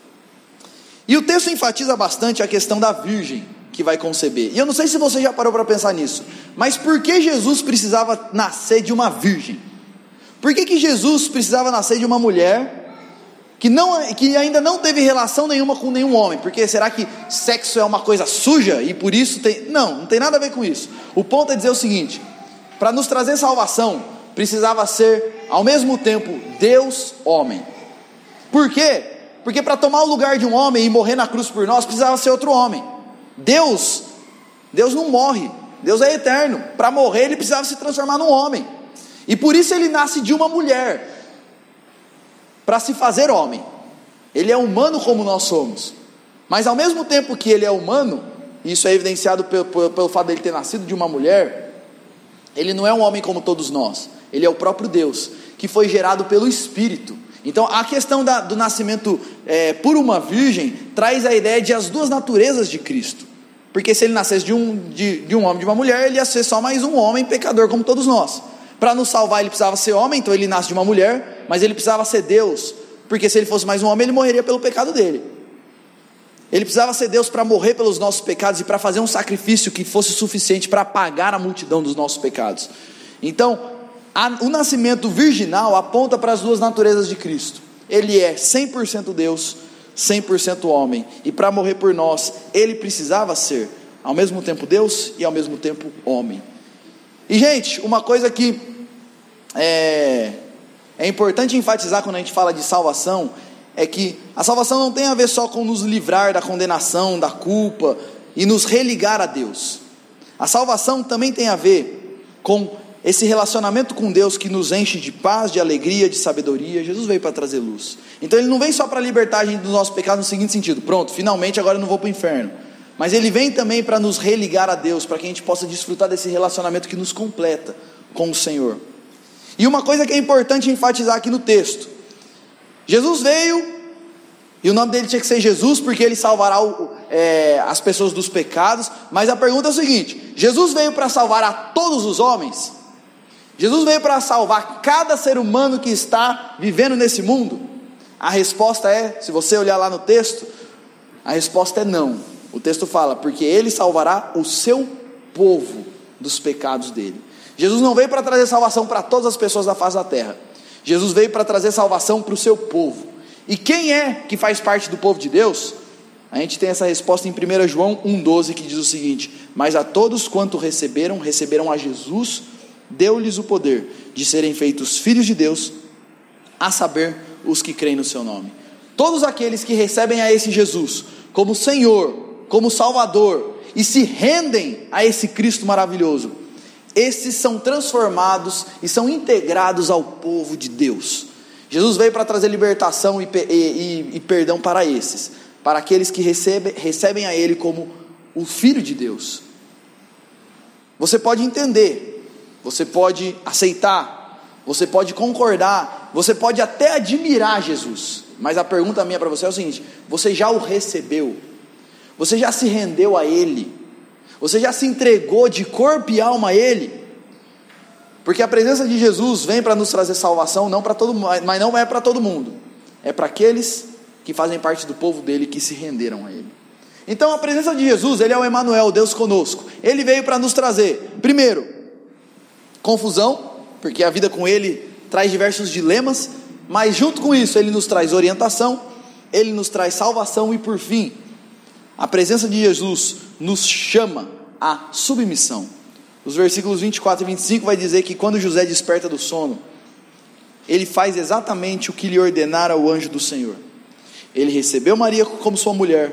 E o texto enfatiza bastante a questão da virgem que vai conceber. E eu não sei se você já parou para pensar nisso, mas por que Jesus precisava nascer de uma virgem? Por que Jesus precisava nascer de uma mulher que ainda não teve relação nenhuma com nenhum homem? Porque será que sexo é uma coisa suja e por isso tem... Não tem nada a ver com isso. O ponto é dizer o seguinte: para nos trazer salvação, precisava ser ao mesmo tempo Deus, homem. Por quê? Porque para tomar o lugar de um homem e morrer na cruz por nós, precisava ser outro homem. Deus não morre, Deus é eterno. Para morrer ele precisava se transformar num homem, e por isso ele nasce de uma mulher, para se fazer homem. Ele é humano como nós somos, mas ao mesmo tempo que ele é humano, isso é evidenciado pelo fato dele ter nascido de uma mulher, ele não é um homem como todos nós, ele é o próprio Deus, que foi gerado pelo Espírito. Então a questão do nascimento por uma virgem, traz a ideia de as duas naturezas de Cristo, porque se ele nascesse de um homem e de uma mulher, ele ia ser só mais um homem pecador como todos nós. Para nos salvar ele precisava ser homem, então ele nasce de uma mulher, mas ele precisava ser Deus, porque se ele fosse mais um homem, ele morreria pelo pecado dele. Ele precisava ser Deus para morrer pelos nossos pecados e para fazer um sacrifício que fosse suficiente para apagar a multidão dos nossos pecados. Então, o nascimento virginal aponta para as duas naturezas de Cristo. Ele é 100% Deus, 100% homem, e para morrer por nós, ele precisava ser ao mesmo tempo Deus e ao mesmo tempo homem. E gente, uma coisa que é importante enfatizar quando a gente fala de salvação, é que a salvação não tem a ver só com nos livrar da condenação, da culpa, e nos religar a Deus. A salvação também tem a ver com esse relacionamento com Deus que nos enche de paz, de alegria, de sabedoria. Jesus veio para trazer luz. Então ele não vem só para libertar a gente dos nossos pecados no seguinte sentido: pronto, finalmente agora eu não vou para o inferno. Mas ele vem também para nos religar a Deus, para que a gente possa desfrutar desse relacionamento que nos completa com o Senhor. E uma coisa que é importante enfatizar aqui no texto: Jesus veio, e o nome dele tinha que ser Jesus, porque ele salvará as pessoas dos pecados. Mas a pergunta é o seguinte: Jesus veio para salvar a todos os homens? Jesus veio para salvar cada ser humano que está vivendo nesse mundo? A resposta é, se você olhar lá no texto, a resposta é não. O texto fala, porque ele salvará o seu povo dos pecados dele. Jesus não veio para trazer salvação para todas as pessoas da face da terra. Jesus veio para trazer salvação para o seu povo. E quem é que faz parte do povo de Deus? A gente tem essa resposta em 1 João 1,12, que diz o seguinte: mas a todos quanto receberam a Jesus, deu-lhes o poder de serem feitos filhos de Deus, a saber, os que creem no seu nome. Todos aqueles que recebem a esse Jesus como Senhor, como Salvador, e se rendem a esse Cristo maravilhoso, esses são transformados e são integrados ao povo de Deus. Jesus veio para trazer libertação e perdão para esses, para aqueles que recebem a Ele como o Filho de Deus. Você pode entender, você pode aceitar, você pode concordar, você pode até admirar Jesus, mas a pergunta minha para você é o seguinte: você já o recebeu? Você já se rendeu a Ele? Você já se entregou de corpo e alma a Ele? Porque a presença de Jesus vem para nos trazer salvação, não para todo mundo, mas não é para todo mundo, é para aqueles que fazem parte do povo dele, que se renderam a Ele. Então a presença de Jesus, Ele é o Emanuel, Deus conosco. Ele veio para nos trazer, primeiro, confusão, porque a vida com Ele traz diversos dilemas, mas junto com isso Ele nos traz orientação, Ele nos traz salvação e por fim, a presença de Jesus nos chama à submissão. Os versículos 24 e 25 vai dizer que quando José desperta do sono, ele faz exatamente o que lhe ordenara o anjo do Senhor. Ele recebeu Maria como sua mulher,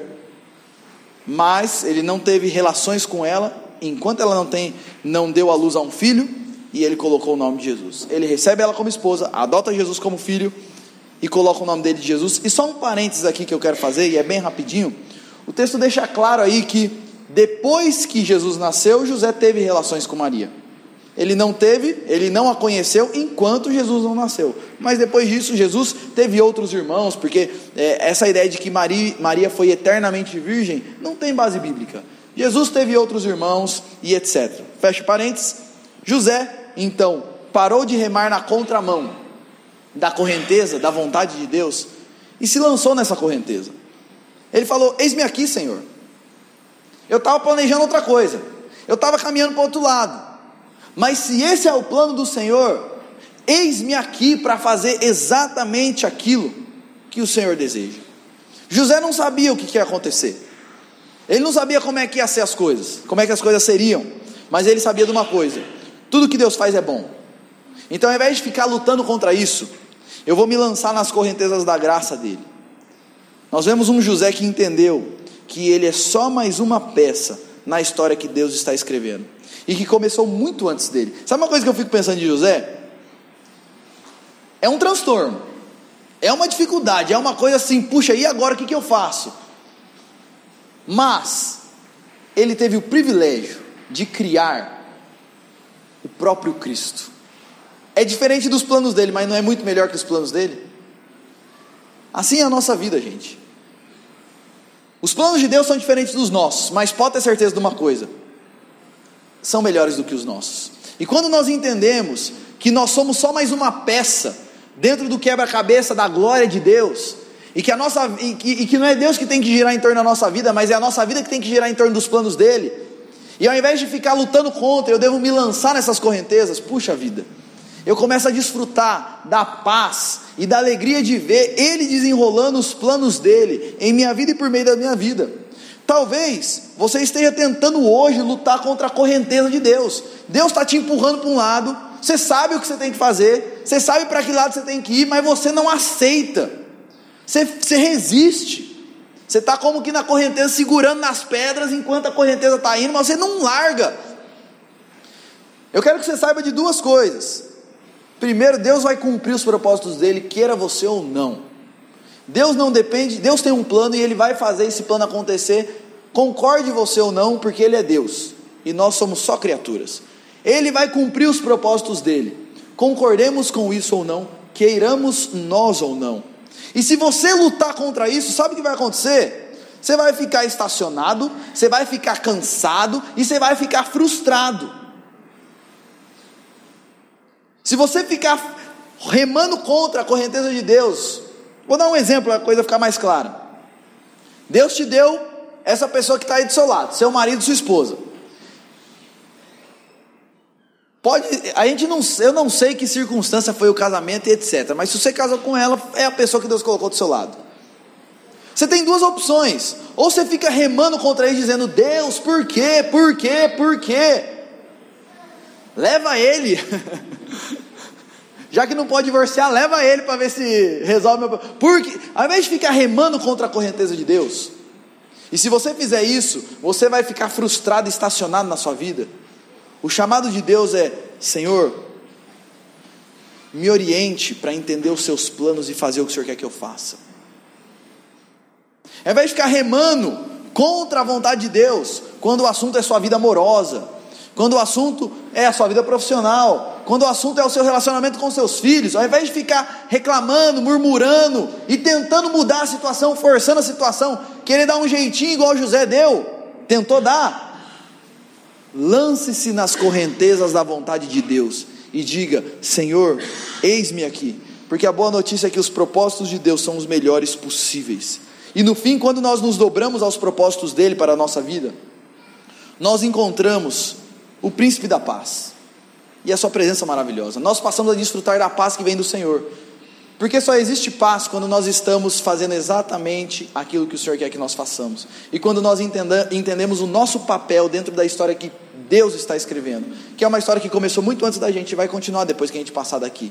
mas ele não teve relações com ela, enquanto ela não deu à luz a um filho, e ele colocou o nome de Jesus. Ele recebe ela como esposa, adota Jesus como filho, e coloca o nome dele de Jesus. E só um parênteses aqui que eu quero fazer, e é bem rapidinho. O texto deixa claro aí que depois que Jesus nasceu, José teve relações com Maria. Ele não a conheceu enquanto Jesus não nasceu. Mas depois disso, Jesus teve outros irmãos, porque essa ideia de que Maria foi eternamente virgem, não tem base bíblica. Jesus teve outros irmãos e etc. Fecha parênteses. José, então, parou de remar na contramão da correnteza, da vontade de Deus, e se lançou nessa correnteza. Ele falou: eis-me aqui, Senhor. Eu estava planejando outra coisa, eu estava caminhando para o outro lado, mas se esse é o plano do Senhor, eis-me aqui para fazer exatamente aquilo que o Senhor deseja. José não sabia o que ia acontecer, ele não sabia como é que ia ser as coisas, como é que as coisas seriam, mas ele sabia de uma coisa: tudo que Deus faz é bom. Então, ao invés de ficar lutando contra isso, eu vou me lançar nas correntezas da graça dele. Nós vemos um José que entendeu que ele é só mais uma peça na história que Deus está escrevendo, e que começou muito antes dele. Sabe uma coisa que eu fico pensando de José? É um transtorno, é uma dificuldade, é uma coisa assim: puxa, e agora o que eu faço? Mas ele teve o privilégio de criar o próprio Cristo. É diferente dos planos dele, mas não é muito melhor que os planos dele? Assim é a nossa vida, gente. Os planos de Deus são diferentes dos nossos, mas pode ter certeza de uma coisa: são melhores do que os nossos. E quando nós entendemos que nós somos só mais uma peça dentro do quebra-cabeça da glória de Deus, e que não é Deus que tem que girar em torno da nossa vida, mas é a nossa vida que tem que girar em torno dos planos dele, e ao invés de ficar lutando contra, eu devo me lançar nessas correntezas. Puxa vida, eu começo a desfrutar da paz e da alegria de ver Ele desenrolando os planos dele em minha vida e por meio da minha vida. Talvez você esteja tentando hoje lutar contra a correnteza de Deus. Deus está te empurrando para um lado, você sabe o que você tem que fazer, você sabe para que lado você tem que ir, mas você não aceita, você resiste, você está como que na correnteza segurando nas pedras enquanto a correnteza está indo, mas você não larga. Eu quero que você saiba de duas coisas. Primeiro, Deus vai cumprir os propósitos dele, queira você ou não. Deus não depende, Deus tem um plano e Ele vai fazer esse plano acontecer, concorde você ou não, porque Ele é Deus, e nós somos só criaturas. Ele vai cumprir os propósitos dele, concordemos com isso ou não, queiramos nós ou não. E se você lutar contra isso, sabe o que vai acontecer? Você vai ficar estacionado, você vai ficar cansado, e você vai ficar frustrado. Se você ficar remando contra a correnteza de Deus, vou dar um exemplo para a coisa ficar mais clara. Deus te deu essa pessoa que está aí do seu lado, seu marido, sua esposa. Eu não sei que circunstância foi o casamento e etc, mas se você casou com ela, é a pessoa que Deus colocou do seu lado. Você tem duas opções: ou você fica remando contra ele dizendo: Deus, por quê, por quê, por quê? Leva ele. Já que não pode divorciar, leva ele para ver se resolve meu... Porque ao invés de ficar remando contra a correnteza de Deus, E se você fizer isso, você vai ficar frustrado e estacionado na sua vida. O chamado de Deus é: Senhor, me oriente para entender os seus planos e fazer o que o Senhor quer que eu faça. Ao invés de ficar remando contra a vontade de Deus, quando o assunto é sua vida amorosa, quando o assunto é a sua vida profissional, quando o assunto é o seu relacionamento com seus filhos, ao invés de ficar reclamando, murmurando e tentando mudar a situação, forçando a situação, querer dar um jeitinho igual José tentou dar, lance-se nas correntezas da vontade de Deus e diga: Senhor, eis-me aqui, porque a boa notícia é que os propósitos de Deus são os melhores possíveis. E no fim, quando nós nos dobramos aos propósitos dele para a nossa vida, nós encontramos o príncipe da paz e a sua presença maravilhosa. Nós passamos a desfrutar da paz que vem do Senhor, porque só existe paz quando nós estamos fazendo exatamente aquilo que o Senhor quer que nós façamos, e quando nós entendemos o nosso papel dentro da história que Deus está escrevendo, que é uma história que começou muito antes da gente e vai continuar depois que a gente passar daqui.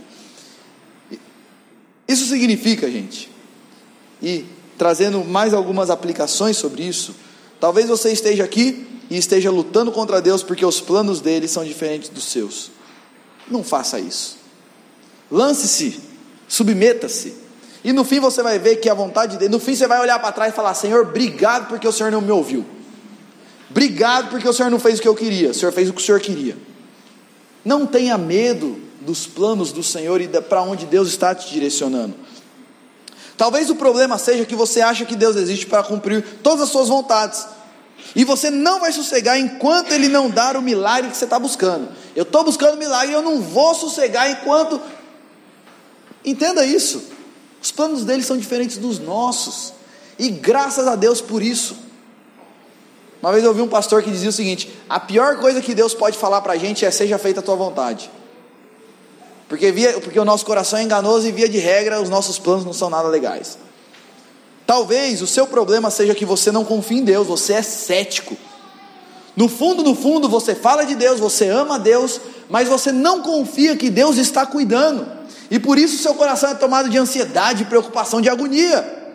Isso significa, gente, e trazendo mais algumas aplicações sobre isso, talvez você esteja aqui e esteja lutando contra Deus porque os planos dele são diferentes dos seus. Não faça isso. Lance-se, submeta-se, e no fim você vai ver que a vontade dele, no fim você vai olhar para trás e falar: Senhor, obrigado porque o Senhor não me ouviu, obrigado porque o Senhor não fez o que eu queria, o Senhor fez o que o Senhor queria. Não tenha medo dos planos do Senhor e para onde Deus está te direcionando. Talvez o problema seja que você acha que Deus existe para cumprir todas as suas vontades, e você não vai sossegar enquanto Ele não dar o milagre que você está buscando. Eu estou buscando milagre e eu não vou sossegar enquanto... Entenda isso, os planos dele são diferentes dos nossos, e graças a Deus por isso. Uma vez eu ouvi um pastor que dizia o seguinte: a pior coisa que Deus pode falar para a gente é: seja feita a tua vontade, porque o nosso coração é enganoso e via de regra os nossos planos não são nada legais. Talvez o seu problema seja que você não confia em Deus, você é cético. No fundo você fala de Deus, você ama Deus, mas você não confia que Deus está cuidando, e por isso seu coração é tomado de ansiedade, de preocupação, de agonia.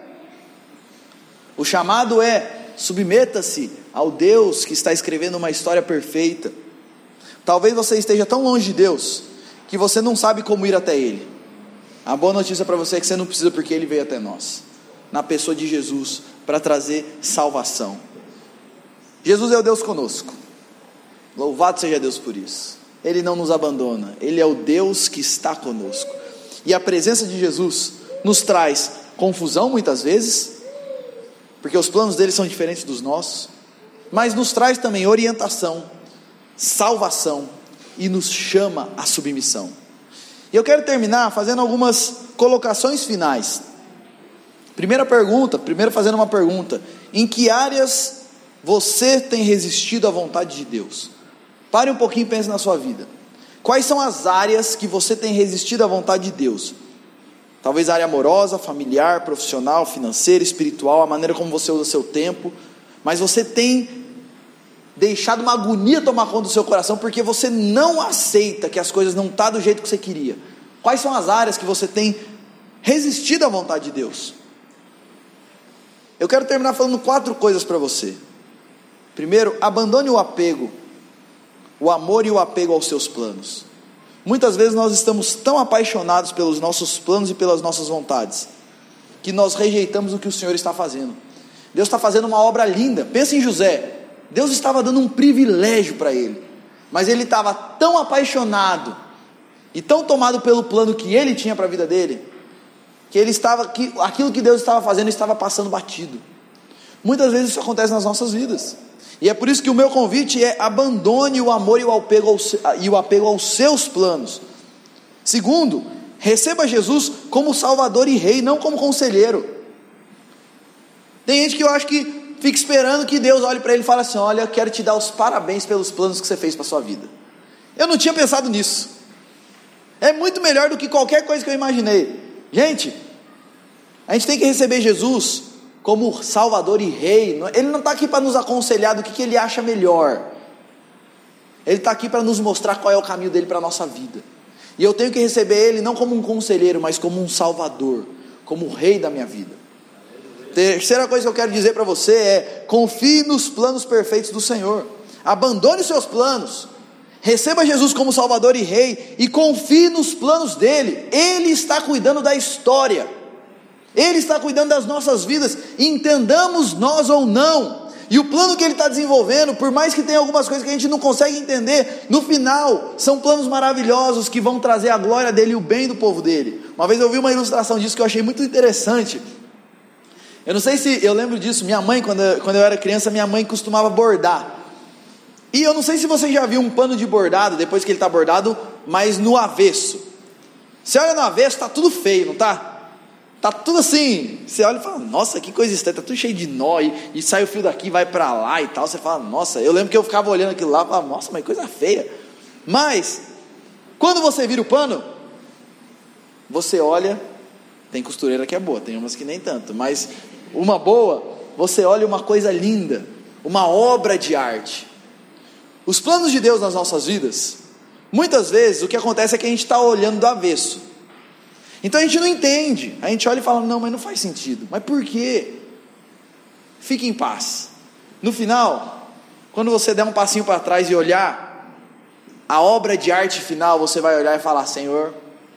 O chamado é: submeta-se ao Deus que está escrevendo uma história perfeita. Talvez você esteja tão longe de Deus que você não sabe como ir até Ele. A boa notícia para você é que você não precisa, porque Ele veio até nós, na pessoa de Jesus, para trazer salvação. Jesus é o Deus conosco, louvado seja Deus por isso. Ele não nos abandona, Ele é o Deus que está conosco, e a presença de Jesus nos traz confusão muitas vezes, porque os planos dele são diferentes dos nossos, mas nos traz também orientação, salvação, e nos chama à submissão. E eu quero terminar fazendo algumas colocações finais. Primeiro fazendo uma pergunta: em que áreas você tem resistido à vontade de Deus? Pare um pouquinho e pense na sua vida. Quais são as áreas que você tem resistido à vontade de Deus? Talvez a área amorosa, familiar, profissional, financeira, espiritual, a maneira como você usa seu tempo, mas você tem deixado uma agonia tomar conta do seu coração, porque você não aceita que as coisas não estão do jeito que você queria. Quais são as áreas que você tem resistido à vontade de Deus? Eu quero terminar falando 4 coisas para você. Primeiro, abandone o apego, o amor e o apego aos seus planos. Muitas vezes nós estamos tão apaixonados pelos nossos planos e pelas nossas vontades, que nós rejeitamos o que o Senhor está fazendo. Deus está fazendo uma obra linda. Pensa em José. Deus estava dando um privilégio para ele, mas ele estava tão apaixonado e tão tomado pelo plano que ele tinha para a vida dele, que aquilo que Deus estava fazendo estava passando batido. Muitas vezes isso acontece nas nossas vidas, e é por isso que o meu convite é: abandone o amor e o apego aos seus planos. Segundo, receba Jesus como Salvador e Rei, não como conselheiro. Tem gente que eu acho que fica esperando que Deus olhe para ele e fale assim: olha, eu quero te dar os parabéns pelos planos que você fez para a sua vida. Eu não tinha pensado nisso. É muito melhor do que qualquer coisa que eu imaginei. Gente, a gente tem que receber Jesus como Salvador e Rei. Ele não está aqui para nos aconselhar do que ele acha melhor. Ele está aqui para nos mostrar qual é o caminho dele para a nossa vida. E eu tenho que receber ele não como um conselheiro, mas como um Salvador, como o Rei da minha vida. Terceira coisa que eu quero dizer para você é: confie nos planos perfeitos do Senhor. Abandone os seus planos, receba Jesus como Salvador e Rei, e confie nos planos dele. Ele está cuidando da história, ele está cuidando das nossas vidas, entendamos nós ou não. E o plano que ele está desenvolvendo, por mais que tenha algumas coisas que a gente não consegue entender, no final, são planos maravilhosos que vão trazer a glória dele e o bem do povo dele. Uma vez eu vi uma ilustração disso que eu achei muito interessante. Eu não sei se eu lembro disso, minha mãe, quando eu era criança, minha mãe costumava bordar. E eu não sei se você já viu um pano de bordado, depois que ele está bordado, mas no avesso. Você olha no avesso, está tudo feio, não está? Está tudo assim, você olha e fala, nossa, que coisa estranha, está tudo cheio de nó, e sai o fio daqui, vai para lá e tal. Você fala, nossa, eu lembro que eu ficava olhando aquilo lá e falava, nossa, mas coisa feia. Mas, quando você vira o pano, você olha, tem costureira que é boa, tem umas que nem tanto, mas uma boa, você olha uma coisa linda, uma obra de arte. Os planos de Deus nas nossas vidas, muitas vezes o que acontece é que a gente está olhando do avesso. Então a gente não entende, a gente olha e fala, não, mas não faz sentido. Mas por quê? Fique em paz. No final, quando você der um passinho para trás e olhar a obra de arte final, você vai olhar e falar, Senhor,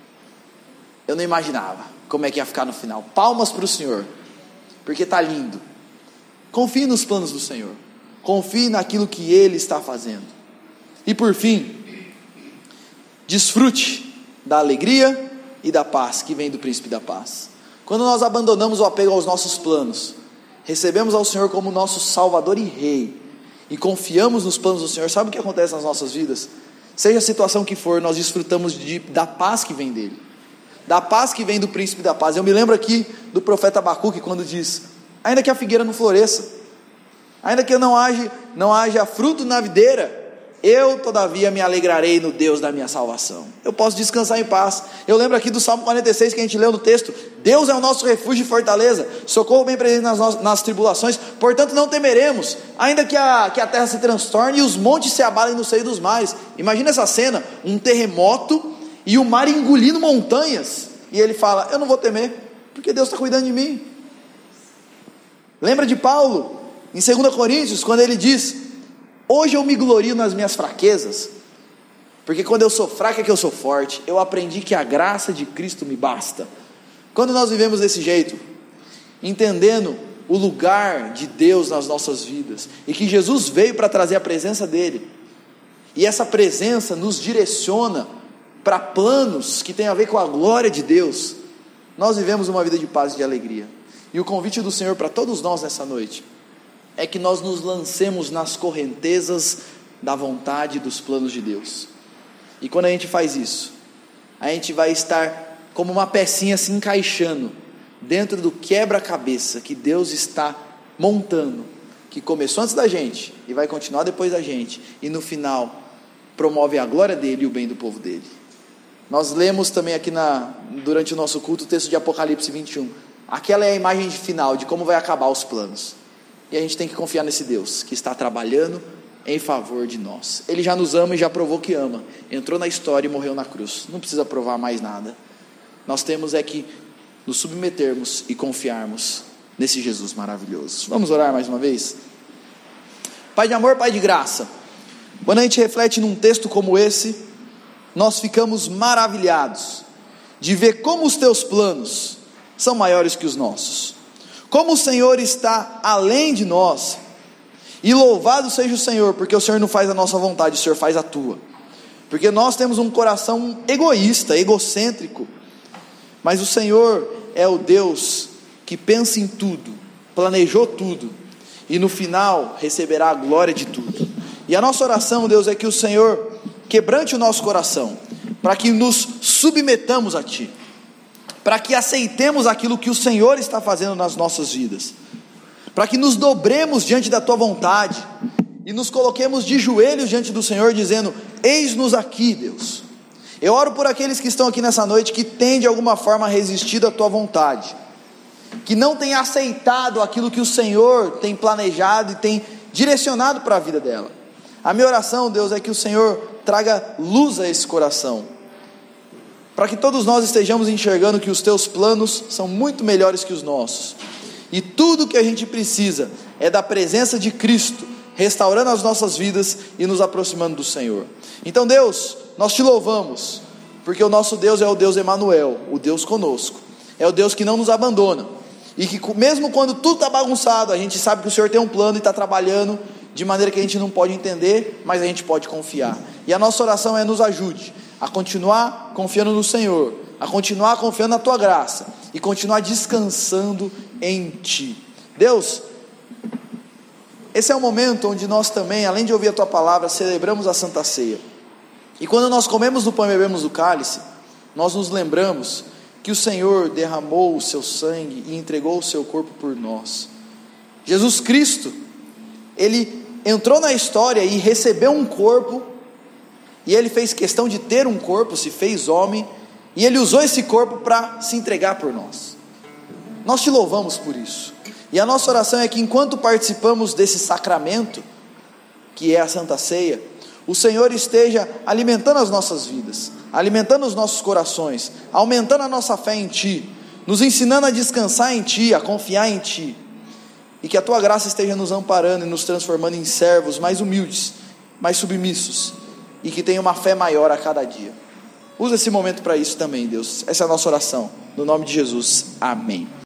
eu não imaginava como é que ia ficar no final. Palmas para o Senhor, porque está lindo. Confie nos planos do Senhor, confie naquilo que Ele está fazendo. E por fim, desfrute da alegria e da paz que vem do Príncipe da Paz. Quando nós abandonamos o apego aos nossos planos, recebemos ao Senhor como nosso Salvador e Rei, e confiamos nos planos do Senhor, sabe o que acontece nas nossas vidas? Seja a situação que for, nós desfrutamos da paz que vem dele, da paz que vem do Príncipe da Paz. Eu me lembro aqui do profeta Abacuque, quando diz, ainda que a figueira não floresça, ainda que não haja fruto na videira, eu todavia me alegrarei no Deus da minha salvação. Eu posso descansar em paz. Eu lembro aqui do Salmo 46 que a gente leu no texto, Deus é o nosso refúgio e fortaleza, socorro bem presente nas tribulações, portanto não temeremos, ainda que a terra se transtorne e os montes se abalem no seio dos mares. Imagina essa cena, um terremoto e o mar engolindo montanhas, e ele fala, eu não vou temer, porque Deus está cuidando de mim. Lembra de Paulo, em 2 Coríntios, quando ele diz, hoje eu me glorio nas minhas fraquezas, porque quando eu sou fraco é que eu sou forte. Eu aprendi que a graça de Cristo me basta. Quando nós vivemos desse jeito, entendendo o lugar de Deus nas nossas vidas, e que Jesus veio para trazer a presença dele, e essa presença nos direciona para planos que tem a ver com a glória de Deus, nós vivemos uma vida de paz e de alegria. E o convite do Senhor para todos nós nessa noite é que nós nos lancemos nas correntezas da vontade e dos planos de Deus. E quando a gente faz isso, a gente vai estar como uma pecinha se encaixando dentro do quebra-cabeça que Deus está montando, que começou antes da gente e vai continuar depois da gente, e no final promove a glória dele e o bem do povo dele. Nós lemos também aqui durante o nosso culto o texto de Apocalipse 21. Aquela é a imagem final de como vai acabar os planos. E a gente tem que confiar nesse Deus que está trabalhando em favor de nós. Ele já nos ama e já provou que ama. Entrou na história e morreu na cruz. Não precisa provar mais nada. Nós temos é que nos submetermos e confiarmos nesse Jesus maravilhoso. Vamos orar mais uma vez? Pai de amor, Pai de graça, quando a gente reflete num texto como esse, nós ficamos maravilhados de ver como os teus planos são maiores que os nossos, como o Senhor está além de nós. E louvado seja o Senhor, porque o Senhor não faz a nossa vontade, o Senhor faz a tua, porque nós temos um coração egoísta, egocêntrico, mas o Senhor é o Deus que pensa em tudo, planejou tudo, e no final receberá a glória de tudo. E a nossa oração, Deus, é que o Senhor quebrante o nosso coração, para que nos submetamos a Ti, para que aceitemos aquilo que o Senhor está fazendo nas nossas vidas, para que nos dobremos diante da Tua vontade, e nos coloquemos de joelhos diante do Senhor, dizendo, eis-nos aqui, Deus. Eu oro por aqueles que estão aqui nessa noite, que têm de alguma forma resistido à Tua vontade, que não têm aceitado aquilo que o Senhor tem planejado e tem direcionado para a vida dela. A minha oração, Deus, é que o Senhor traga luz a esse coração, para que todos nós estejamos enxergando que os Teus planos são muito melhores que os nossos, E tudo que a gente precisa é da presença de Cristo, restaurando as nossas vidas e nos aproximando do Senhor. Então, Deus, nós te louvamos, porque o nosso Deus é o Deus Emanuel, o Deus conosco. É o Deus que não nos abandona. E que mesmo quando tudo está bagunçado, a gente sabe que o Senhor tem um plano e está trabalhando de maneira que a gente não pode entender, mas a gente pode confiar. E a nossa oração é: nos ajude a continuar confiando no Senhor, a continuar confiando na Tua graça e continuar descansando em Ti. Deus, esse é um momento onde nós também, além de ouvir a Tua palavra, celebramos a Santa Ceia. E quando nós comemos do pão e bebemos do cálice, nós nos lembramos que o Senhor derramou o seu sangue e entregou o seu corpo por nós. Jesus Cristo, Ele entrou na história e recebeu um corpo, e Ele fez questão de ter um corpo, se fez homem, e Ele usou esse corpo para se entregar por nós. Nós te louvamos por isso, e a nossa oração é que enquanto participamos desse sacramento, que é a Santa Ceia, o Senhor esteja alimentando as nossas vidas, alimentando os nossos corações, aumentando a nossa fé em Ti, nos ensinando a descansar em Ti, a confiar em Ti, e que a Tua graça esteja nos amparando e nos transformando em servos mais humildes, mais submissos, e que tenha uma fé maior a cada dia. Usa esse momento para isso também, Deus. Essa é a nossa oração, no nome de Jesus, amém.